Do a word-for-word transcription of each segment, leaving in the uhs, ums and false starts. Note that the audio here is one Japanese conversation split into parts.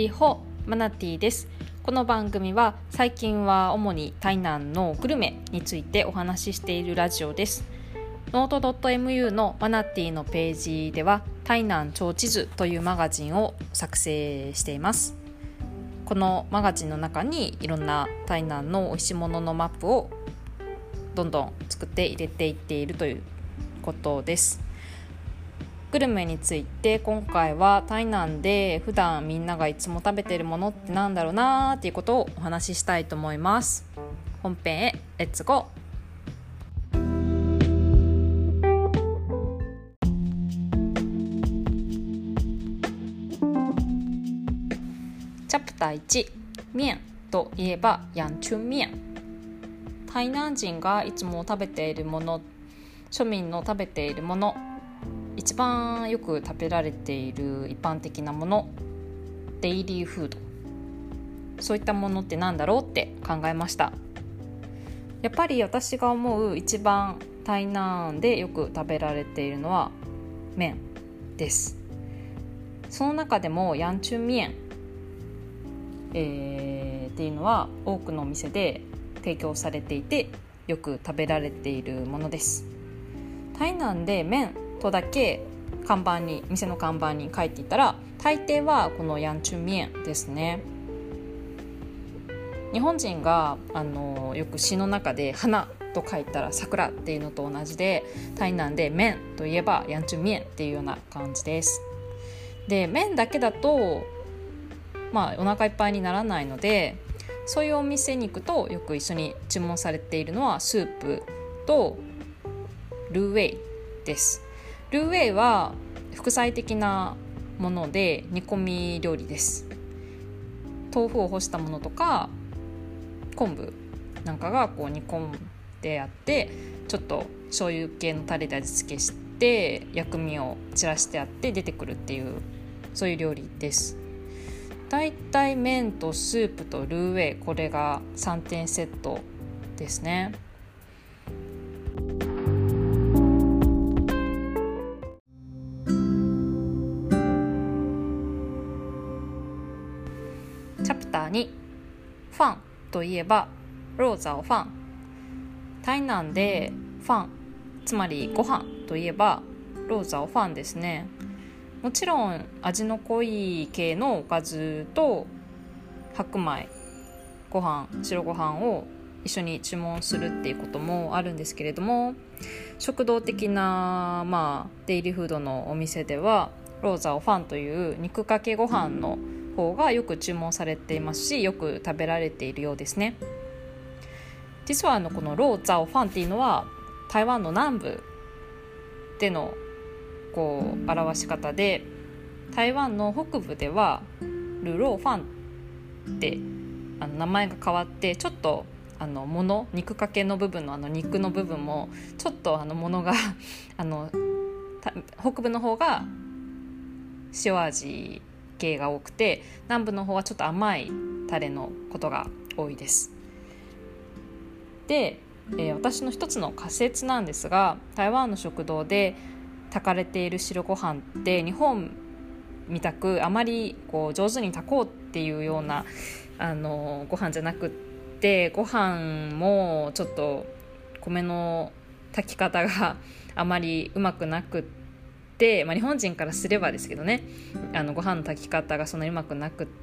リホマナティです。この番組は最近は主に台南のグルメについてお話ししているラジオです。ノート .mu のマナティのページでは台南超地図というマガジンを作成しています。このマガジンの中にいろんな台南の美味しいもののマップをどんどん作って入れていっているということです。グルメについて今回は台南で普段みんながいつも食べているものってなんだろうなっていうことをお話ししたいと思います。本編へレッツゴー。チャプターいち、麺といえばヤンチュン麺。台南人がいつも食べているもの、庶民の食べているもの、一番よく食べられている一般的なもの、デイリーフード、そういったものってなんだろうって考えました。やっぱり私が思う一番台南でよく食べられているのは麺です。その中でもヤンチュン麺、えー、っていうのは多くのお店で提供されていてよく食べられているものです。台南で麺とだけ看板に店の看板に書いていたら大抵はこのヤンチュン麺ですね。日本人があのよく詩の中で花と書いたら桜っていうのと同じで、台南で麺といえばヤンチュン麺っていうような感じです。で、麺だけだとまあお腹いっぱいにならないので、そういうお店に行くとよく一緒に注文されているのはスープとルーウェイです。ルーウェイは副菜的なもので煮込み料理です。豆腐を干したものとか昆布なんかがこう煮込んであって、ちょっと醤油系のタレで味付けして薬味を散らしてあって出てくるっていう、そういう料理です。だいたい麺とスープとルーウェイ、これがさんてんセットですね。チャプターに、ファンといえばローザオファン。台南でファン、つまりご飯といえばローザオファンですね。もちろん味の濃い系のおかずと白米、ご飯、白ご飯を一緒に注文するっていうこともあるんですけれども、食堂的な、まあ、デイリーフードのお店ではローザオファンという肉かけご飯の方がよく注文されていますし、よく食べられているようですね。実はあのこのローザオファンっていうのは台湾の南部でのこう表し方で、台湾の北部ではルローファンってあの名前が変わって、ちょっとあのもの肉かけの部分のあの肉の部分もちょっとあのものがあの北部の方が塩味系が多くて、南部の方はちょっと甘いタレのことが多いです。で、えー、私の一つの仮説なんですが、台湾の食堂で炊かれている白ご飯って日本みたくあまりこう上手に炊こうっていうようなあのご飯じゃなくって、ご飯もちょっと米の炊き方があまりうまくなくって、まあ、日本人からすればですけどね、あのご飯の炊き方がそんなにうまくなくって、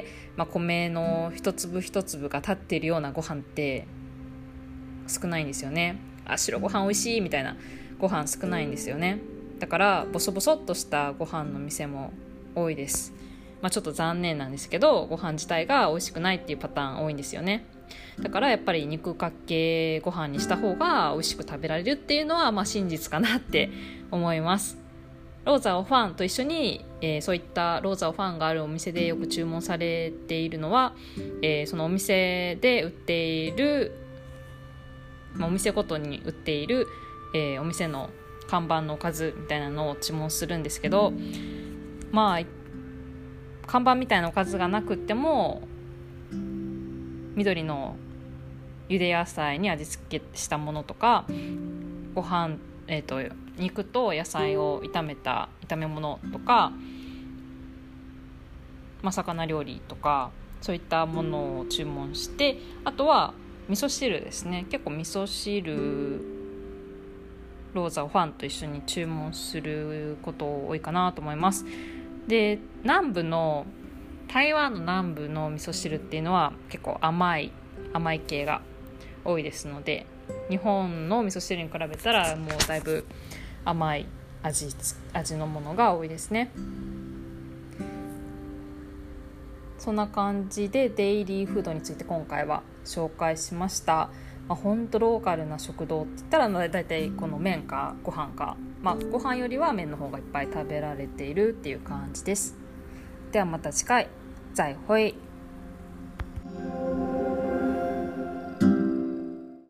まあ、米の一粒一粒が立っているようなご飯って少ないんですよね。あ、白ご飯美味しいみたいなご飯少ないんですよね。だからボソボソっとしたご飯の店も多いです。まあ、ちょっと残念なんですけど、ご飯自体が美味しくないっていうパターン多いんですよね。だからやっぱり肉かけご飯にした方が美味しく食べられるっていうのはまあ真実かなって思います。ローザオファンと一緒に、えー、そういったローザオファンがあるお店でよく注文されているのは、えー、そのお店で売っている、まあ、お店ごとに売っている、えー、お店の看板のおかずみたいなのを注文するんですけど、まあ看板みたいなおかずがなくっても緑のゆで野菜に味付けしたものとか、ご飯、えーと、肉と野菜を炒めた炒め物とか、 まあ、魚料理とかそういったものを注文して、あとは味噌汁ですね。結構味噌汁ローザをファンと一緒に注文すること多いかなと思います。で、南部の台湾の南部の味噌汁っていうのは結構甘い甘い系が多いですので、日本の味噌汁に比べたらもうだいぶ甘い 味, 味のものが多いですね。そんな感じでデイリーフードについて今回は紹介しました。まあ、ほんとローカルな食堂って言ったらだいたいこの麺かご飯か、まあ、ご飯よりは麺の方がいっぱい食べられているっていう感じです。ではまた次回、再会。